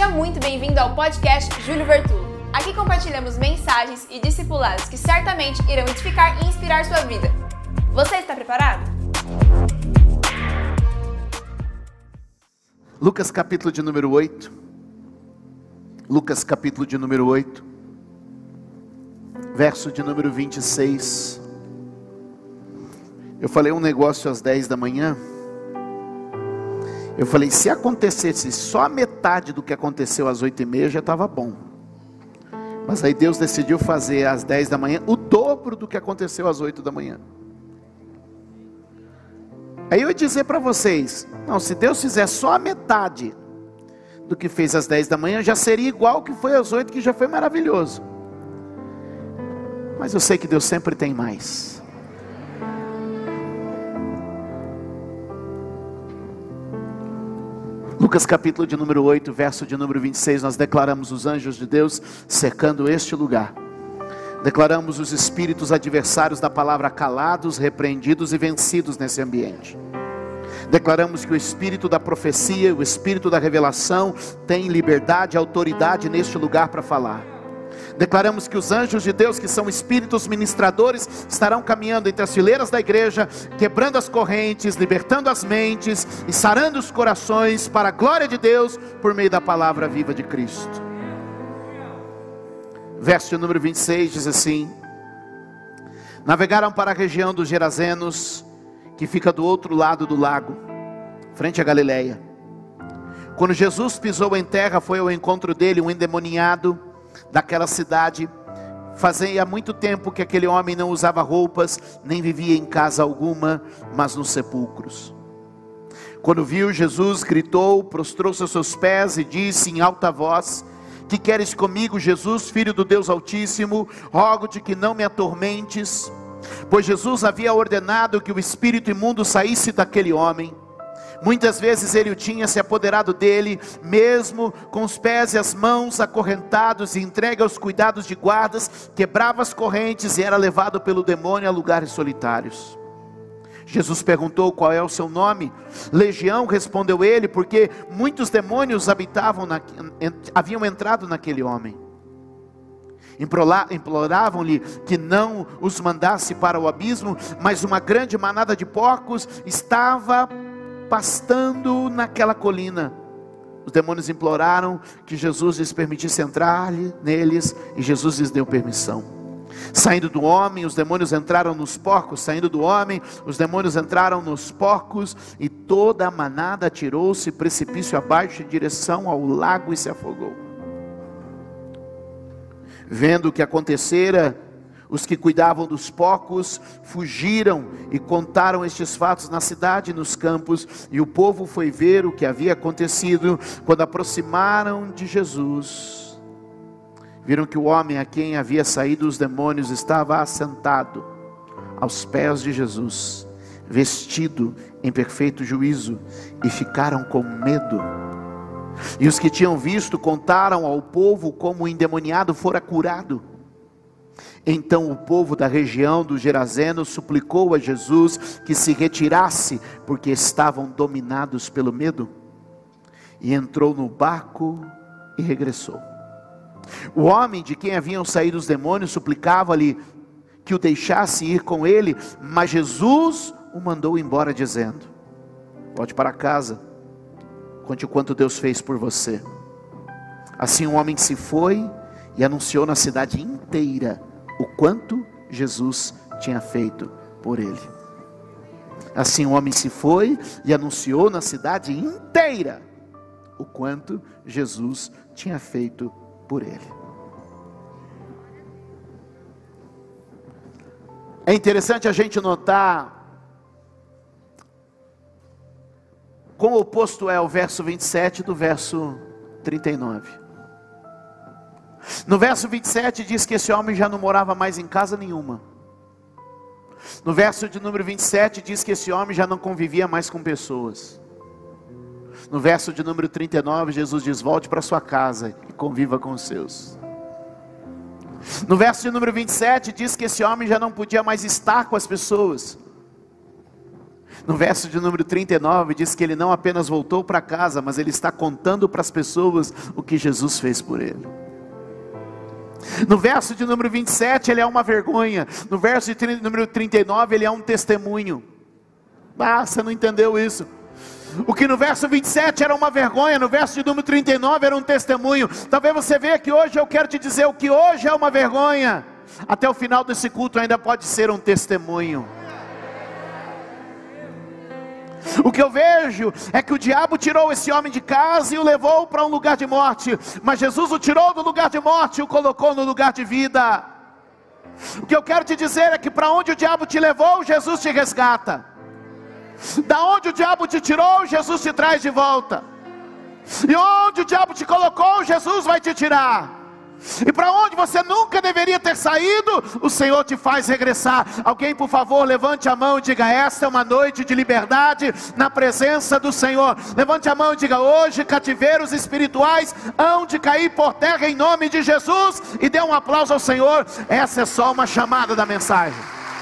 Seja muito bem-vindo ao podcast Júlio Vertulo. Aqui compartilhamos mensagens e discipulados que certamente irão edificar e inspirar sua vida. Você está preparado? Lucas capítulo de número 8. Lucas capítulo de número 8. Verso de número 26. Eu falei um negócio às 10 da manhã. Eu falei, se acontecesse só a metade do que aconteceu às 8h30, já estava bom. Mas aí Deus decidiu fazer às 10 da manhã o dobro do que aconteceu às 8 da manhã. Aí eu ia dizer para vocês, não, se Deus fizer só a metade do que fez às 10 da manhã, já seria igual que foi às 8, que já foi maravilhoso. Mas eu sei que Deus sempre tem mais. Lucas capítulo de número 8, verso de número 26, nós declaramos os anjos de Deus cercando este lugar. Declaramos os espíritos adversários da palavra calados, repreendidos e vencidos nesse ambiente. Declaramos que o espírito da profecia, o espírito da revelação tem liberdade e autoridade neste lugar para falar. Declaramos que os anjos de Deus, que são espíritos ministradores, estarão caminhando entre as fileiras da igreja, quebrando as correntes, libertando as mentes e sarando os corações para a glória de Deus, por meio da palavra viva de Cristo. Verso número 26 diz assim: navegaram para a região dos Gerazenos, que fica do outro lado do lago, frente a Galileia. Quando Jesus pisou em terra, foi ao encontro dele um endemoniado daquela cidade. Fazia muito tempo que aquele homem não usava roupas, nem vivia em casa alguma, mas nos sepulcros. Quando viu Jesus, gritou, prostrou-se aos seus pés e disse em alta voz: que queres comigo, Jesus, filho do Deus Altíssimo? Rogo-te que não me atormentes. Pois Jesus havia ordenado que o espírito imundo saísse daquele homem. Muitas vezes ele o tinha se apoderado dele, mesmo com os pés e as mãos acorrentados e entregue aos cuidados de guardas, quebrava as correntes e era levado pelo demônio a lugares solitários. Jesus perguntou: qual é o seu nome? Legião, respondeu ele, porque muitos demônios haviam entrado naquele homem. Imploravam-lhe que não os mandasse para o abismo, mas uma grande manada de porcos estava pastando naquela colina. Os demônios imploraram que Jesus lhes permitisse entrar neles, e Jesus lhes deu permissão. Saindo do homem, os demônios entraram nos porcos. Saindo do homem, os demônios entraram nos porcos, e toda a manada atirou-se precipício abaixo em direção ao lago e se afogou. Vendo o que acontecera, os que cuidavam dos porcos fugiram e contaram estes fatos na cidade e nos campos, e o povo foi ver o que havia acontecido. Quando aproximaram de Jesus, viram que o homem a quem havia saído os demônios estava assentado aos pés de Jesus, vestido em perfeito juízo, e ficaram com medo. E os que tinham visto contaram ao povo como o endemoniado fora curado. Então o povo da região dos Gerazenos suplicou a Jesus que se retirasse, porque estavam dominados pelo medo. E entrou no barco e regressou. O homem de quem haviam saído os demônios suplicava-lhe que o deixasse ir com ele, mas Jesus o mandou embora, dizendo: volte para casa, conte o quanto Deus fez por você. Assim o homem se foi e anunciou na cidade inteira o quanto Jesus tinha feito por ele. Assim o homem se foi e anunciou na cidade inteira o quanto Jesus tinha feito por ele. É interessante a gente notar quão oposto é o verso 27 do verso 39. No verso 27 diz que esse homem já não morava mais em casa nenhuma. No verso de número 27 diz que esse homem já não convivia mais com pessoas. No verso de número 39, Jesus diz: volte para sua casa e conviva com os seus. No verso de número 27 diz que esse homem já não podia mais estar com as pessoas. No verso de número 39 diz que ele não apenas voltou para casa, mas ele está contando para as pessoas o que Jesus fez por ele. No verso de número 27 ele é uma vergonha. No verso de número 39 ele é um testemunho. Você não entendeu isso. O que no verso 27 era uma vergonha, no verso de número 39 era um testemunho. Talvez você veja que hoje eu quero te dizer, o que hoje é uma vergonha, até o final desse culto ainda pode ser um testemunho. O que eu vejo é que o diabo tirou esse homem de casa e o levou para um lugar de morte, mas Jesus o tirou do lugar de morte e o colocou no lugar de vida. O que eu quero te dizer é que para onde o diabo te levou, Jesus te resgata. Da onde o diabo te tirou, Jesus te traz de volta. E onde o diabo te colocou, Jesus vai te tirar. E para onde você nunca deveria ter saído, o Senhor te faz regressar. Alguém, por favor, levante a mão e diga: esta é uma noite de liberdade na presença do Senhor. Levante a mão e diga: hoje cativeiros espirituais hão de cair por terra em nome de Jesus. E dê um aplauso ao Senhor. Essa é só uma chamada da mensagem.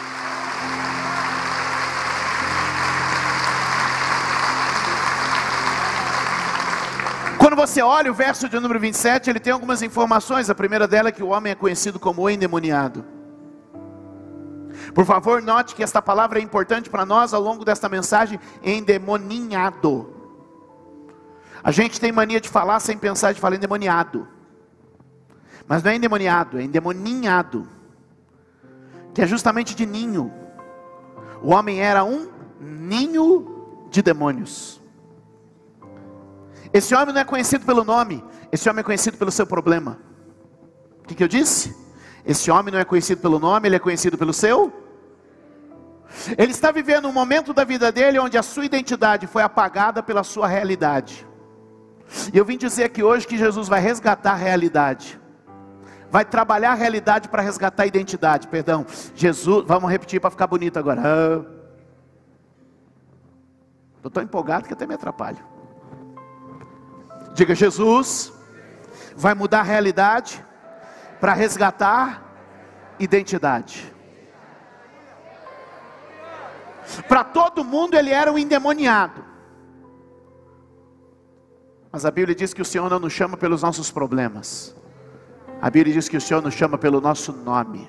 Quando você olha o verso de número 27, ele tem algumas informações. A primeira dela é que o homem é conhecido como o endemoniado. Por favor, note que esta palavra é importante para nós ao longo desta mensagem. Endemoninhado. A gente tem mania de falar sem pensar, de falar endemoniado. Mas não é endemoniado, é endemoninhado, que é justamente de ninho. O homem era um ninho de demônios. Esse homem não é conhecido pelo nome, esse homem é conhecido pelo seu problema. O que eu disse? Esse homem não é conhecido pelo nome, ele é conhecido pelo seu. Ele está vivendo um momento da vida dele onde a sua identidade foi apagada pela sua realidade. E eu vim dizer aqui hoje que Jesus vai resgatar a realidade. Vai trabalhar a realidade para resgatar a identidade. Perdão, Jesus, vamos repetir para ficar bonito agora. Estou tão empolgado que até me atrapalho. Diga: Jesus vai mudar a realidade para resgatar identidade. Para todo mundo ele era um endemoniado. Mas a Bíblia diz que o Senhor não nos chama pelos nossos problemas. A Bíblia diz que o Senhor nos chama pelo nosso nome.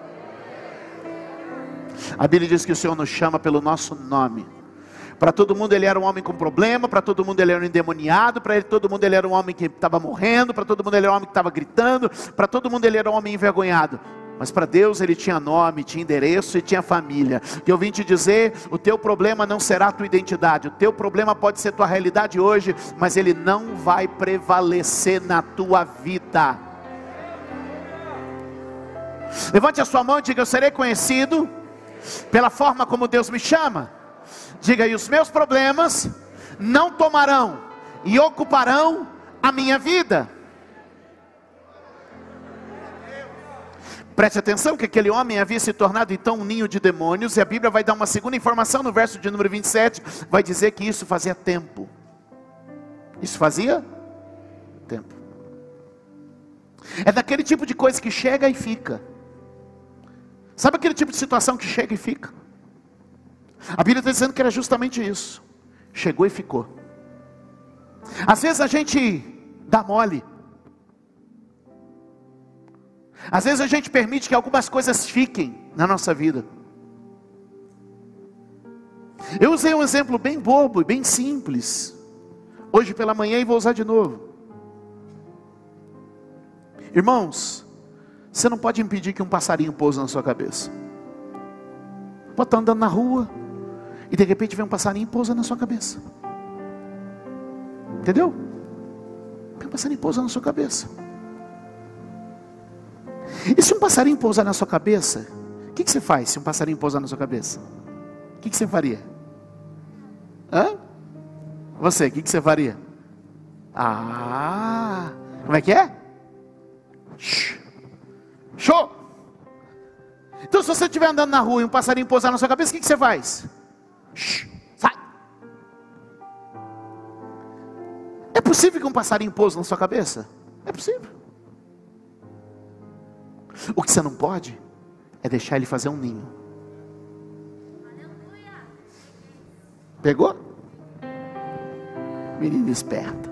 A Bíblia diz que o Senhor nos chama pelo nosso nome. Para todo mundo ele era um homem com problema, para todo mundo ele era um endemoniado, para todo mundo ele era um homem que estava morrendo, para todo mundo ele era um homem que estava gritando, para todo mundo ele era um homem envergonhado. Mas para Deus ele tinha nome, tinha endereço e tinha família. E eu vim te dizer, o teu problema não será a tua identidade, o teu problema pode ser tua realidade hoje, mas ele não vai prevalecer na tua vida. Levante a sua mão e diga: eu serei conhecido pela forma como Deus me chama. Diga: e os meus problemas não tomarão e ocuparão a minha vida. Preste atenção que aquele homem havia se tornado então um ninho de demônios. E a Bíblia vai dar uma segunda informação no verso de número 27. Vai dizer que isso fazia tempo. Isso fazia tempo. É daquele tipo de coisa que chega e fica. Sabe aquele tipo de situação que chega e fica? A Bíblia está dizendo que era justamente isso. Chegou e ficou. Às vezes a gente dá mole. Às vezes a gente permite que algumas coisas fiquem na nossa vida. Eu usei um exemplo bem bobo e bem simples hoje pela manhã e vou usar de novo. Irmãos, você não pode impedir que um passarinho pouse na sua cabeça. Pode estar andando na rua e de repente vem um passarinho e pousa na sua cabeça. Entendeu? Vem um passarinho e pousa na sua cabeça. E se um passarinho pousar na sua cabeça, o que você faz se um passarinho pousar na sua cabeça? O que você faria? Você, o que você faria? Como é que é? Show! Então se você estiver andando na rua e um passarinho pousar na sua cabeça, o que você faz? Sai! É possível que um passarinho pouse na sua cabeça? É possível. O que você não pode é deixar ele fazer um ninho. Pegou? Menina esperta.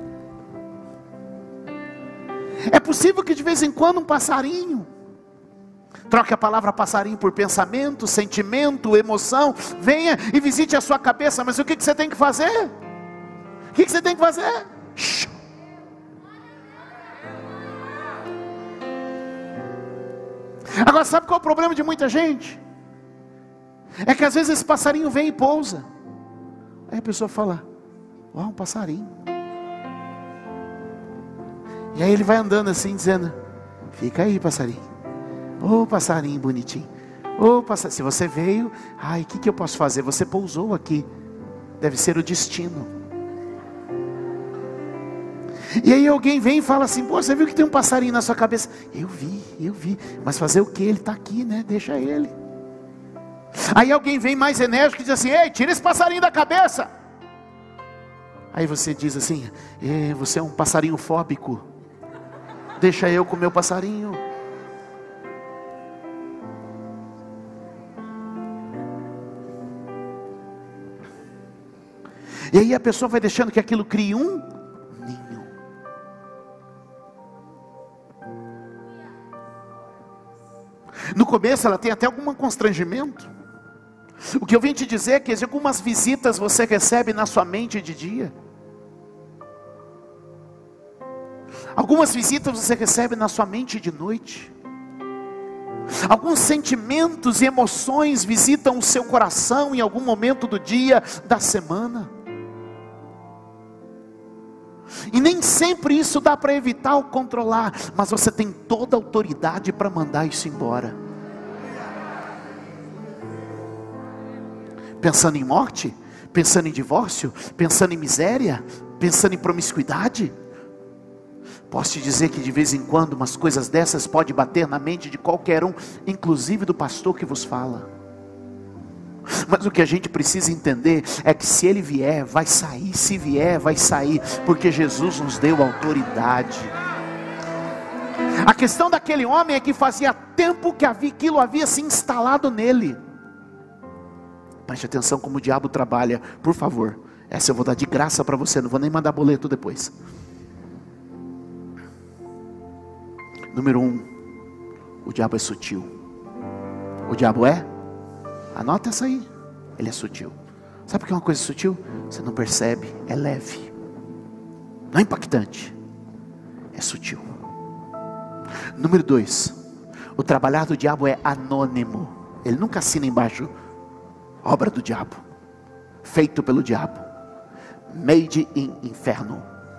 É possível que de vez em quando um passarinho, troque a palavra passarinho por pensamento, sentimento, emoção, venha e visite a sua cabeça. Mas o que você tem que fazer? O que você tem que fazer? Shhh. Agora, sabe qual é o problema de muita gente? É que às vezes esse passarinho vem e pousa. Aí a pessoa fala: ó, um passarinho. E aí ele vai andando assim, dizendo: fica aí, passarinho. Ô, passarinho bonitinho. Ô, passarinho, se você veio, ai, o que eu posso fazer? Você pousou aqui. Deve ser o destino. E aí alguém vem e fala assim: pô, você viu que tem um passarinho na sua cabeça? Eu vi. Mas fazer o que? Ele está aqui, né? Deixa ele. Aí alguém vem mais enérgico e diz assim: ei, tira esse passarinho da cabeça. Aí você diz assim: você é um passarinho fóbico. Deixa eu com o meu passarinho. E aí a pessoa vai deixando que aquilo crie um ninho. No começo ela tem até algum constrangimento. O que eu vim te dizer é que algumas visitas você recebe na sua mente de dia. Algumas visitas você recebe na sua mente de noite. Alguns sentimentos e emoções visitam o seu coração em algum momento do dia, da semana. E nem sempre isso dá para evitar ou controlar, mas você tem toda a autoridade para mandar isso embora. Pensando em morte, pensando em divórcio, pensando em miséria, pensando em promiscuidade. Posso te dizer que de vez em quando umas coisas dessas podem bater na mente de qualquer um, inclusive do pastor que vos fala. Mas o que a gente precisa entender é que se ele vier, vai sair. Se vier, vai sair, porque Jesus nos deu autoridade. A questão daquele homem é que fazia tempo que aquilo havia se instalado nele. Preste atenção como o diabo trabalha, por favor. Essa eu vou dar de graça para você, não vou nem mandar boleto depois. Número 1, o diabo é sutil. O diabo é? Anota essa aí. Ele é sutil. Sabe o que é uma coisa sutil? Você não percebe, é leve. Não é impactante. É sutil. Número 2, o trabalhar do diabo é anônimo. Ele nunca assina embaixo: obra do diabo, feito pelo diabo, made in inferno.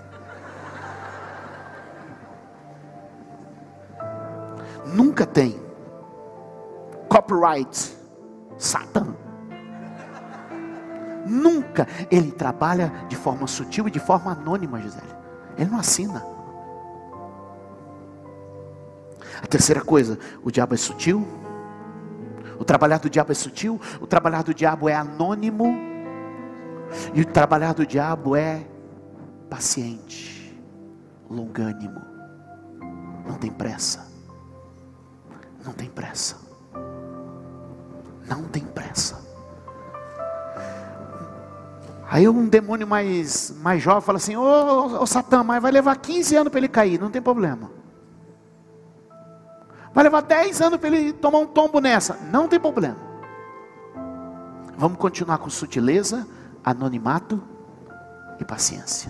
Nunca tem copyright Satã. Nunca. Ele trabalha de forma sutil e de forma anônima, Gisele. Ele não assina. A terceira coisa, o diabo é sutil. O trabalhar do diabo é sutil. O trabalhar do diabo é anônimo. E o trabalhar do diabo é paciente, longânimo. Não tem pressa. Não tem pressa. Não tem pressa. Aí um demônio mais jovem fala assim: ô Satã, mas vai levar 15 anos para ele cair. Não tem problema. Vai levar 10 anos para ele tomar um tombo nessa. Não tem problema. Vamos continuar com sutileza, anonimato e paciência.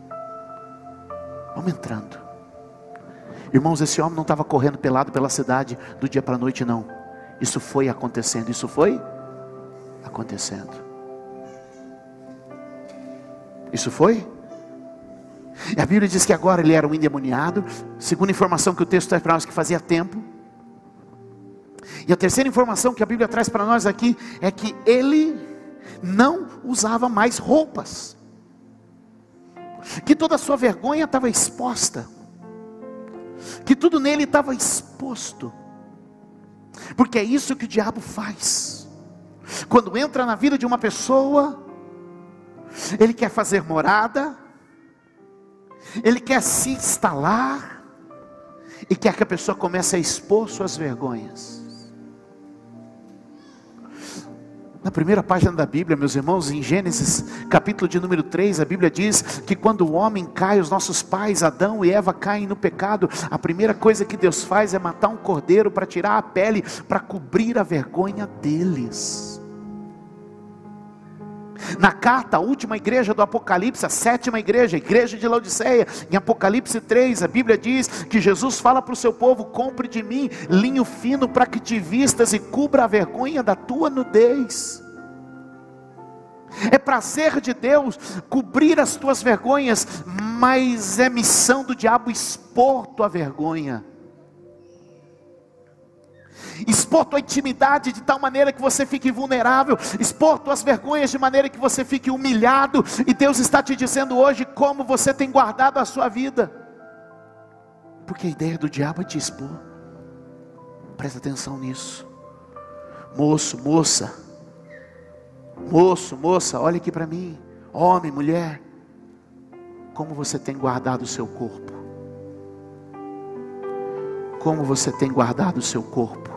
Vamos entrando. Irmãos, esse homem não estava correndo pelado pela cidade do dia para a noite, não. Isso foi acontecendo. Isso foi acontecendo. Isso foi. E a Bíblia diz que agora ele era um endemoniado. Segundo a informação que o texto traz para nós, que fazia tempo. E a terceira informação que a Bíblia traz para nós aqui é que ele não usava mais roupas. Que toda a sua vergonha estava exposta. Que tudo nele estava exposto. Porque é isso que o diabo faz. Quando entra na vida de uma pessoa, ele quer fazer morada, ele quer se instalar, e quer que a pessoa comece a expor suas vergonhas. Na primeira página da Bíblia, meus irmãos, em Gênesis, capítulo de número 3, a Bíblia diz que quando o homem cai, os nossos pais, Adão e Eva, caem no pecado, a primeira coisa que Deus faz é matar um cordeiro para tirar a pele, para cobrir a vergonha deles. Na carta, a última igreja do Apocalipse, a sétima igreja, a igreja de Laodiceia, em Apocalipse 3, a Bíblia diz que Jesus fala para o seu povo: compre de mim linho fino para que te vistas e cubra a vergonha da tua nudez. É prazer de Deus cobrir as tuas vergonhas, mas é missão do diabo expor tua vergonha, expor tua intimidade de tal maneira que você fique vulnerável, expor tuas vergonhas de maneira que você fique humilhado. E Deus está te dizendo hoje como você tem guardado a sua vida, porque a ideia do diabo é te expor. Presta atenção nisso. Moço, moça, moço, moça, olha aqui para mim. Homem, mulher, como você tem guardado o seu corpo? Como você tem guardado o seu corpo?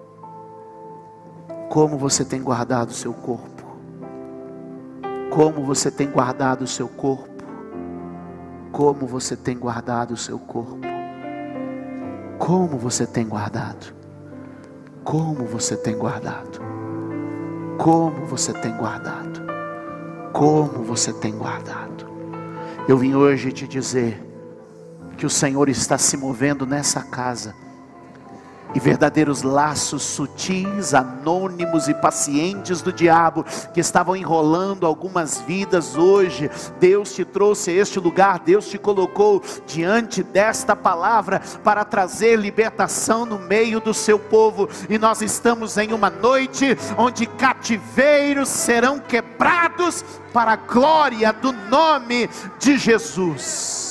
Como você tem guardado o seu corpo? Como você tem guardado o seu corpo? Como você tem guardado o seu corpo? Como você tem guardado? Como você tem guardado? Como você tem guardado? Como você tem guardado? Eu vim hoje te dizer que o Senhor está se movendo nessa casa, e verdadeiros laços sutis, anônimos e pacientes do diabo, que estavam enrolando algumas vidas hoje, Deus te trouxe a este lugar, Deus te colocou diante desta palavra, para trazer libertação no meio do seu povo. E nós estamos em uma noite, onde cativeiros serão quebrados, para a glória do nome de Jesus.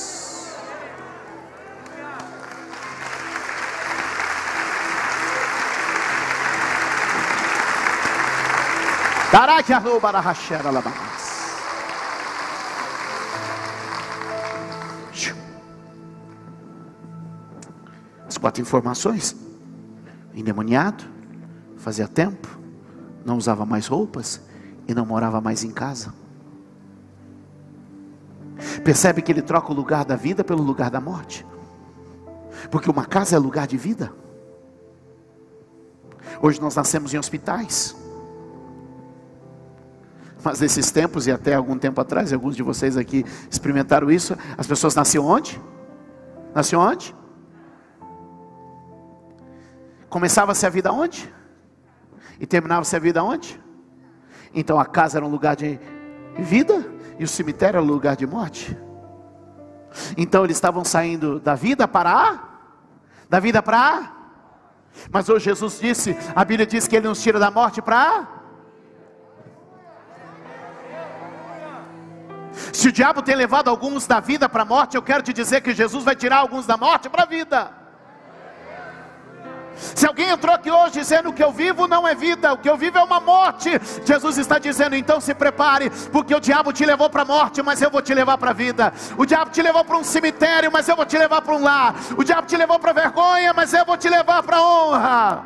As 4 informações: endemoniado, fazia tempo, não usava mais roupas e não morava mais em casa. Percebe que ele troca o lugar da vida pelo lugar da morte, porque uma casa é lugar de vida. Hoje nós nascemos em hospitais, mas nesses tempos, e até algum tempo atrás, alguns de vocês aqui experimentaram isso, as pessoas nasciam onde? Nasciam onde? Começava-se a vida onde? E terminava-se a vida onde? Então a casa era um lugar de vida, e o cemitério era um lugar de morte. Então eles estavam saindo da vida para mas hoje Jesus disse, a Bíblia diz que Ele nos tira da morte para... Se o diabo tem levado alguns da vida para a morte, eu quero te dizer que Jesus vai tirar alguns da morte para a vida. Se alguém entrou aqui hoje dizendo que o que eu vivo não é vida, o que eu vivo é uma morte, Jesus está dizendo, então se prepare, porque o diabo te levou para a morte, mas eu vou te levar para a vida. O diabo te levou para um cemitério, mas eu vou te levar para um lar. O diabo te levou para a vergonha, mas eu vou te levar para a honra.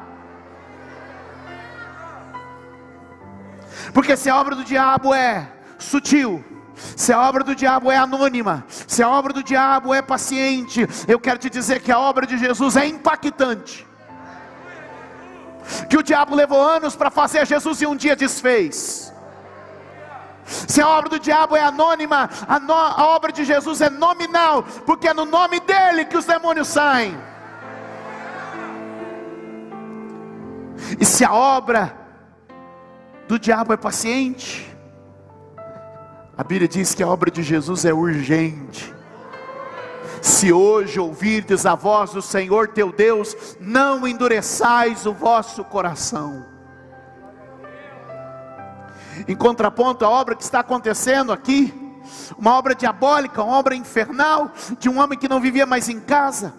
Porque se a obra do diabo é sutil, se a obra do diabo é anônima, se a obra do diabo é paciente, eu quero te dizer que a obra de Jesus é impactante. Que o diabo levou anos para fazer, Jesus e um dia desfez. Se a obra do diabo é anônima, a obra de Jesus é nominal, porque é no nome dele que os demônios saem. E se a obra do diabo é paciente, a Bíblia diz que a obra de Jesus é urgente. Se hoje ouvirdes a voz do Senhor teu Deus, não endureçais o vosso coração. Em contraponto à obra que está acontecendo aqui, uma obra diabólica, uma obra infernal, de um homem que não vivia mais em casa.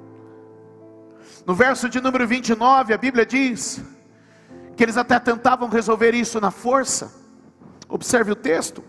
No verso de número 29, a Bíblia diz que eles até tentavam resolver isso na força. Observe o texto.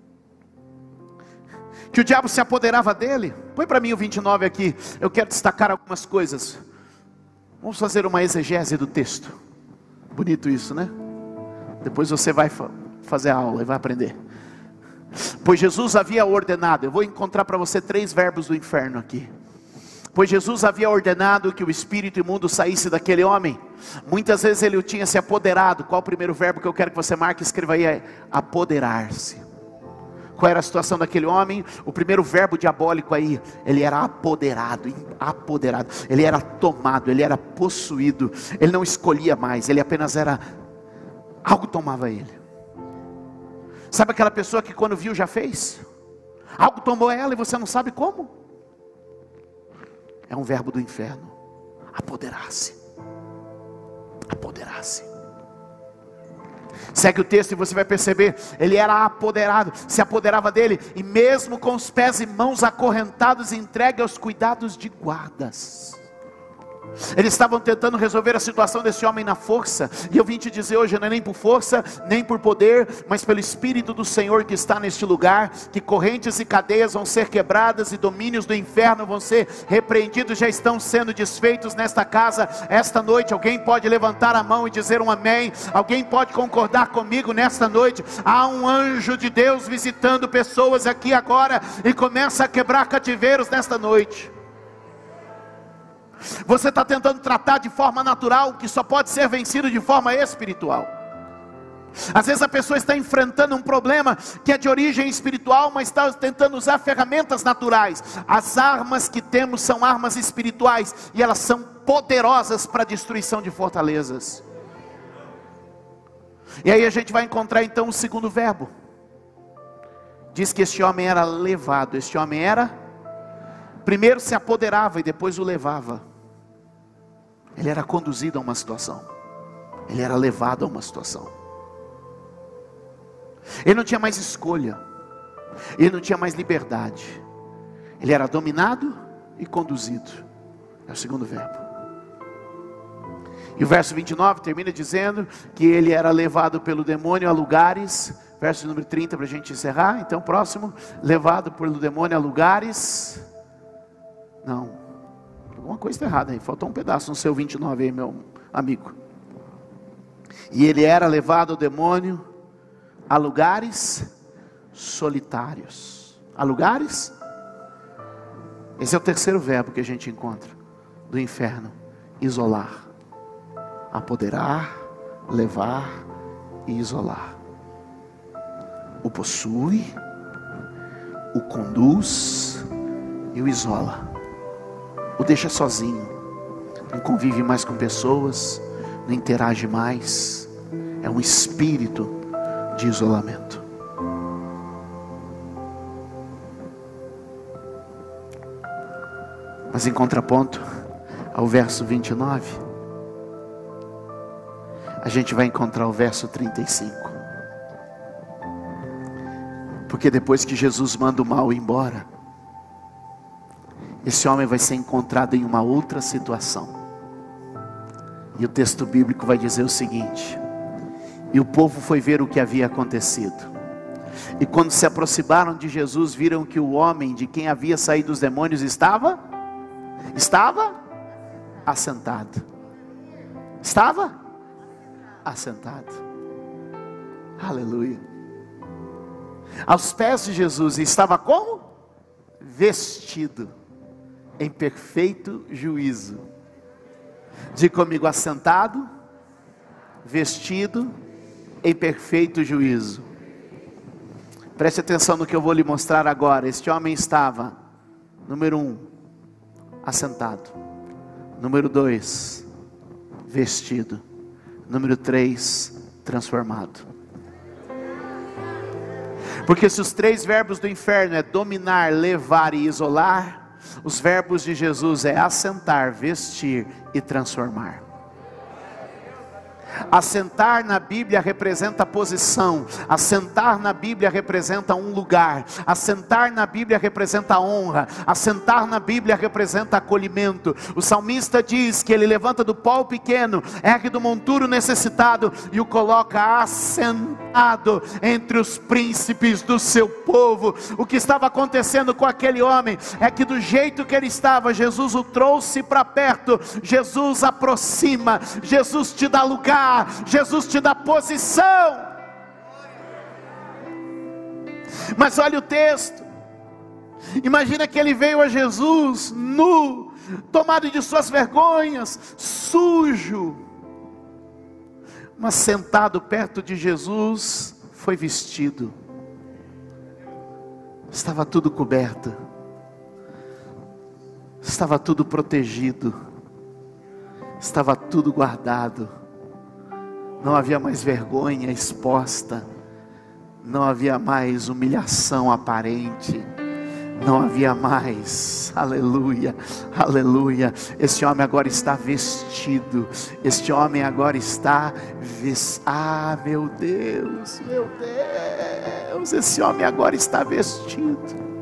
Que o diabo se apoderava dele. Põe para mim o 29 aqui. Eu quero destacar algumas coisas. Vamos fazer uma exegese do texto. Bonito isso, né? Depois você vai fazer a aula e vai aprender. Pois Jesus havia ordenado, eu vou encontrar para você 3 verbos do inferno aqui. Pois Jesus havia ordenado que o espírito imundo saísse daquele homem. Muitas vezes ele o tinha se apoderado. Qual o primeiro verbo que eu quero que você marque? Escreva aí, é apoderar-se. Qual era a situação daquele homem? O primeiro verbo diabólico aí, ele era apoderado, ele era tomado, ele era possuído, ele não escolhia mais, ele apenas era, algo tomava ele. Sabe aquela pessoa que quando viu já fez? Algo tomou ela e você não sabe como? É um verbo do inferno, apoderar-se, apoderar-se. Segue o texto e você vai perceber, ele era apoderado, se apoderava dele, e mesmo com os pés e mãos acorrentados, entregue aos cuidados de guardas. Eles estavam tentando resolver a situação desse homem na força, e eu vim te dizer hoje, não é nem por força, nem por poder, mas pelo Espírito do Senhor que está neste lugar, que correntes e cadeias vão ser quebradas, e domínios do inferno vão ser repreendidos, já estão sendo desfeitos nesta casa, esta noite. Alguém pode levantar a mão e dizer um amém? Alguém pode concordar comigo nesta noite? Há um anjo de Deus visitando pessoas aqui agora, e começa a quebrar cativeiros nesta noite. Você está tentando tratar de forma natural o que só pode ser vencido de forma espiritual. Às vezes a pessoa está enfrentando um problema que é de origem espiritual, mas está tentando usar ferramentas naturais. As armas que temos são armas espirituais, e elas são poderosas para a destruição de fortalezas. E aí a gente vai encontrar então o segundo verbo. Diz que este homem era levado. Este homem era, primeiro se apoderava e depois o levava. Ele era conduzido a uma situação, ele era levado a uma situação. Ele não tinha mais escolha, ele não tinha mais liberdade, ele era dominado e conduzido. É o segundo verbo. E o verso 29 termina dizendo que ele era levado pelo demônio a lugares. Verso número 30 para a gente encerrar. Então próximo, levado pelo demônio a lugares. Não, alguma coisa está errada aí, faltou um pedaço no seu 29 aí, meu amigo. E ele era levado ao demônio a lugares solitários. A lugares? Esse é o terceiro verbo que a gente encontra do inferno: isolar, apoderar, levar e isolar. O possui, o conduz e o isola. O deixa sozinho, não convive mais com pessoas, não interage mais. É um espírito de isolamento. Mas em contraponto ao verso 29, a gente vai encontrar o verso 35. Porque depois que Jesus manda o mal embora, esse homem vai ser encontrado em uma outra situação. E o texto bíblico vai dizer o seguinte: e o povo foi ver o que havia acontecido. E quando se aproximaram de Jesus, viram que o homem de quem havia saído os demônios estava assentado. Estava assentado. Aleluia. Aos pés de Jesus, e estava como? Vestido em perfeito juízo. Diga comigo: assentado, vestido em perfeito juízo. Preste atenção no que eu vou lhe mostrar agora. Este homem estava, número 1, assentado. Número 2, vestido. Número 3, transformado. Porque se os 3 verbos do inferno é dominar, levar e isolar, os verbos de Jesus é assentar, vestir e transformar. Assentar na Bíblia representa posição. Assentar na Bíblia representa um lugar. Assentar na Bíblia representa honra. Assentar na Bíblia representa acolhimento. O salmista diz que ele levanta do pó o pequeno, ergue do monturo necessitado e o coloca assentado entre os príncipes do seu povo. O que estava acontecendo com aquele homem é que do jeito que ele estava, Jesus o trouxe para perto. Jesus aproxima, Jesus te dá lugar, lugar, Jesus te dá posição. Mas olha o texto, imagina que ele veio a Jesus nu, tomado de suas vergonhas, sujo, mas sentado perto de Jesus, foi vestido, estava tudo coberto, estava tudo protegido, estava tudo guardado, não havia mais vergonha exposta, não havia mais humilhação aparente, não havia mais, aleluia, aleluia. Este homem agora está vestido, este homem agora está meu Deus, esse homem agora está vestido.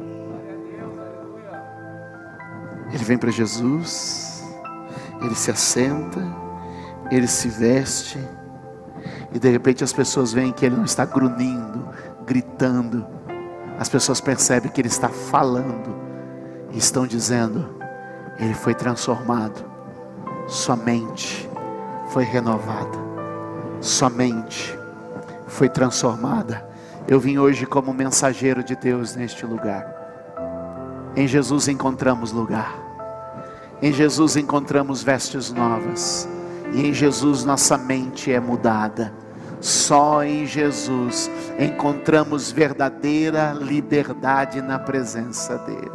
Ele vem para Jesus, ele se assenta, ele se veste, e de repente as pessoas veem que ele não está grunhindo, gritando. As pessoas percebem que ele está falando, e estão dizendo: ele foi transformado, sua mente foi renovada, sua mente foi transformada. Eu vim hoje como mensageiro de Deus neste lugar. Em Jesus encontramos lugar, em Jesus encontramos vestes novas, e em Jesus nossa mente é mudada. Só em Jesus encontramos verdadeira liberdade na presença dEle.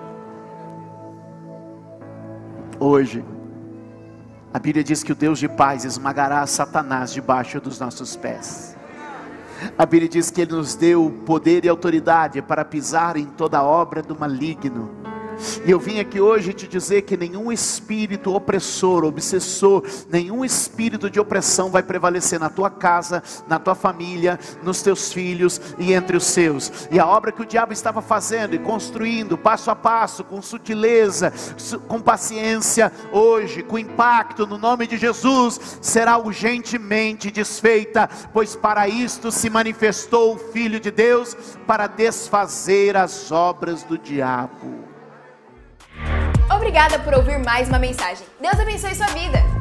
Hoje, a Bíblia diz que o Deus de paz esmagará Satanás debaixo dos nossos pés. A Bíblia diz que Ele nos deu poder e autoridade para pisar em toda obra do maligno. E eu vim aqui hoje te dizer que nenhum espírito opressor, obsessor, nenhum espírito de opressão vai prevalecer na tua casa, na tua família, nos teus filhos e entre os seus. E a obra que o diabo estava fazendo e construindo passo a passo, com sutileza, com paciência, hoje, com impacto, no nome de Jesus, será urgentemente desfeita, pois para isto se manifestou o Filho de Deus, para desfazer as obras do diabo. Obrigada por ouvir mais uma mensagem. Deus abençoe sua vida.